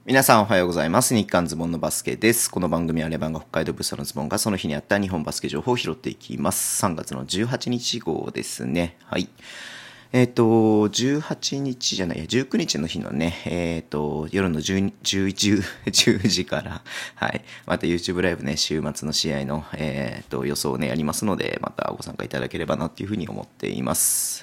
皆さんおはようございます。日刊ズボンのバスケです。この番組はレバンが北海道ブースターのズボンがその日にあった日本バスケ情報を拾っていきます。3月の18日号ですね。はい。18日じゃないや、19日の日のね、夜の10時から、はい。また YouTube ライブね、週末の試合の、予想をね、やりますので、またご参加いただければなっていうふうに思っています。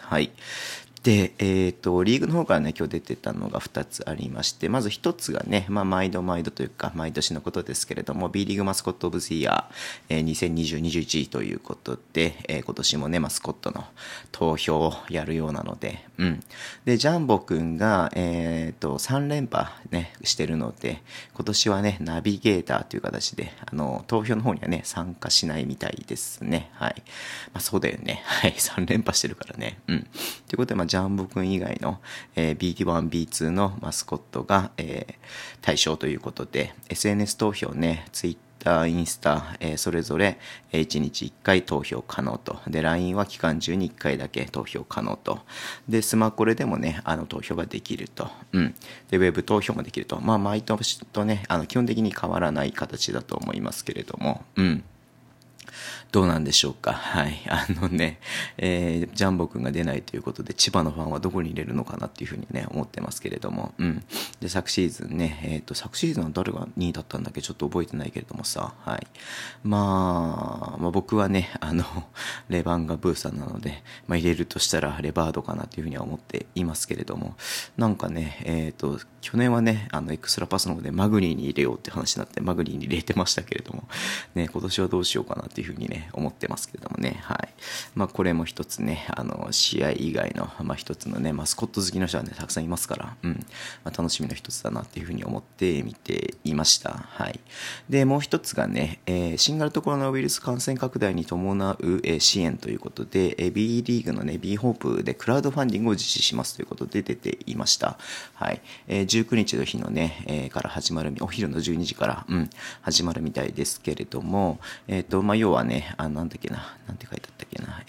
はい。で、リーグの方からね、今日出てたのが2つありまして、まず1つがね、毎度というか、毎年のことですけれども、B リーグマスコットオブザイヤー、2020-21ということで、今年もね、マスコットの投票をやるようなので、で、ジャンボくんが、3連覇ね、してるので、今年はね、ナビゲーターという形で、投票の方にはね、参加しないみたいですね。はい。そうだよね。はい。3連覇してるからね。ということで、ジャンボくん以外の、BT1、B2 のマスコットが、対象ということで、SNS 投票ね、Twitter、インスタ、それぞれ1日1回投票可能と。で、LINE は期間中に1回だけ投票可能と。で、スマコレでもね、投票ができると。で、ウェブ投票もできると。毎年とね、基本的に変わらない形だと思いますけれども、どうなんでしょうか。はい。ジャンボくんが出ないということで、千葉のファンはどこに入れるのかなっていうふうにね、思ってますけれども。で、昨シーズンね、昨シーズンは誰が2位だったんだっけちょっと覚えてないけれどもさ、はい。僕はね、レバンガブーサーなので、入れるとしたらレバードかなというふうには思っていますけれども、なんかね、去年はね、エクストラパスの方でマグニーに入れようって話になって、マグニーに入れてましたけれども、ね、今年はどうしようかなっていうふうにね、思ってますけれどもね、はい。これも一つね、試合以外の、一つのね、マスコット好きの人はね、たくさんいますから、楽しみの一つだなっていうふうに思って見ていました。はい。で、もう一つがね、新型コロナウイルス感染拡大に伴う、支援ということで、B リーグのね、B ホープでクラウドファンディングを実施しますということで出ていました。はい。19日の日のね、から始まる、お昼の12時から、始まるみたいですけれども、要はね、なんて書いてあったっけな、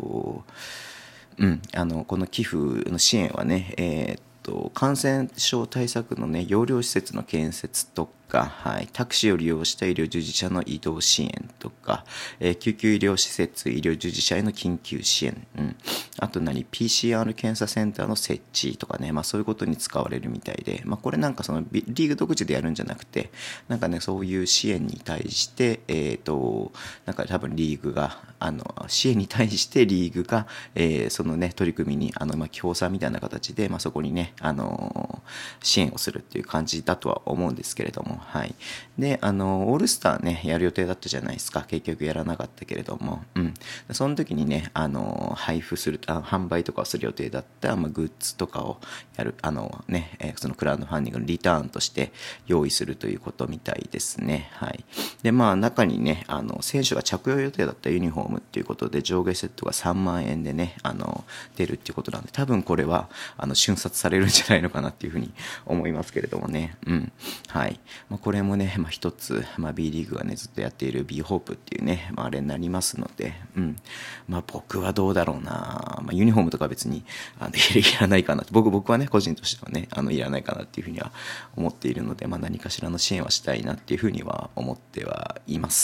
この寄付の支援はね、感染症対策のね、療養施設の建設とか、はい、タクシーを利用した医療従事者の移動支援とか、救急医療施設、医療従事者への緊急支援、あとPCR 検査センターの設置とかね、そういうことに使われるみたいで、これなんかそのリーグ独自でやるんじゃなくて、なんかね、そういう支援に対して、なんか多分リーグが、支援に対してリーグが、そのね、取り組みに、協賛みたいな形で、そこにね、支援をするっていう感じだとは思うんですけれども、はい。で、オールスターね、やる予定だったじゃないですか。結局やらなかったけれども、その時にね、配布する、販売とかをする予定だった、グッズとかをやる、そのクラウドファンディングのリターンとして用意するということみたいですね。はい。で、中にね、選手が着用予定だったユニフォームっていうことで、上下セットが3万円でね、出るっていうことなんで、多分これは、瞬殺されるんじゃないのかなっていうふうに思いますけれどもね。はい。これもね、一つ、B リーグがね、ずっとやっている B ホープっていうね、あれになりますので、僕はどうだろうな、ユニフォームとか別に、いらないかな。僕はね、個人としてはね、いらないかなっていうふうには思っているので、何かしらの支援はしたいなっていうふうには思ってはいます。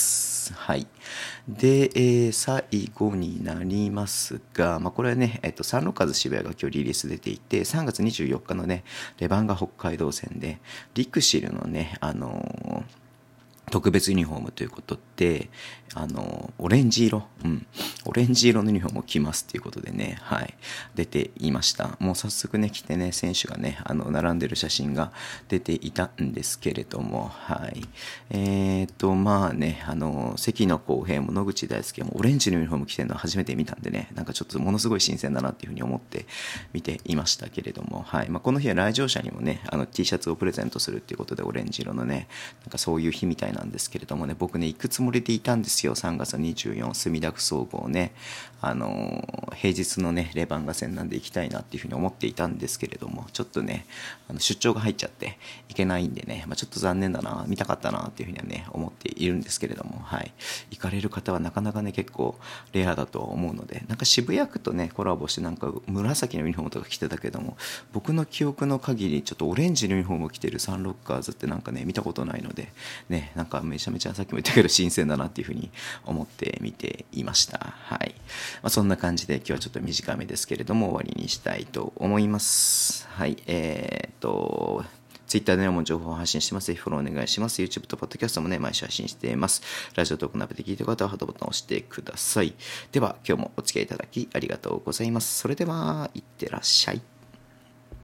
はい。で、最後になりますが、これはね、サンロッカーズ渋谷が今日リリース出ていて、3月24日のね、レバンガ北海道戦で、リクシルのね、特別ユニフォームということで、オレンジ色、オレンジ色のユニフォームを着ますっていうことでね、はい、出ていました。もう早速ね、着てね、選手がね、並んでる写真が出ていたんですけれども、はい。関野公平も野口大輔もオレンジのユニフォーム着てるのは初めて見たんでね、なんかちょっとものすごい新鮮だなっていうふうに思って見ていましたけれども、はい。この日は来場者にもね、T シャツをプレゼントするっていうことで、オレンジ色のね、なんかそういう日みたいななんですけれどもね、僕ね、行くつもりでいたんですよ。3月24、墨田区総合ね。平日のね、レバンガ戦なんで行きたいなっていうふうに思っていたんですけれども、ちょっとね、出張が入っちゃって行けないんでね、ちょっと残念だな、見たかったなっていうふうにはね、思っているんですけれども、はい。行かれる方はなかなかね、結構レアだと思うので、なんか渋谷区とね、コラボしてなんか紫のユニフォームとか着てたけども、僕の記憶の限りちょっとオレンジのユニフォームを着てるサンロッカーズってなんかね、見たことないので、ね、なんかめちゃめちゃさっきも言ったけど新鮮だなっていうふうに思って見ていました。はい。そんな感じで今日はちょっと短めですけれども終わりにしたいと思います。はい。ツイッターでも情報を発信してます。ぜひフォローお願いします。YouTube と Podcast もね、毎週発信しています。ラジオトークのアプリで聞いている方はハートボタンを押してください。では、今日もお付き合いいただきありがとうございます。それでは、いってらっしゃい。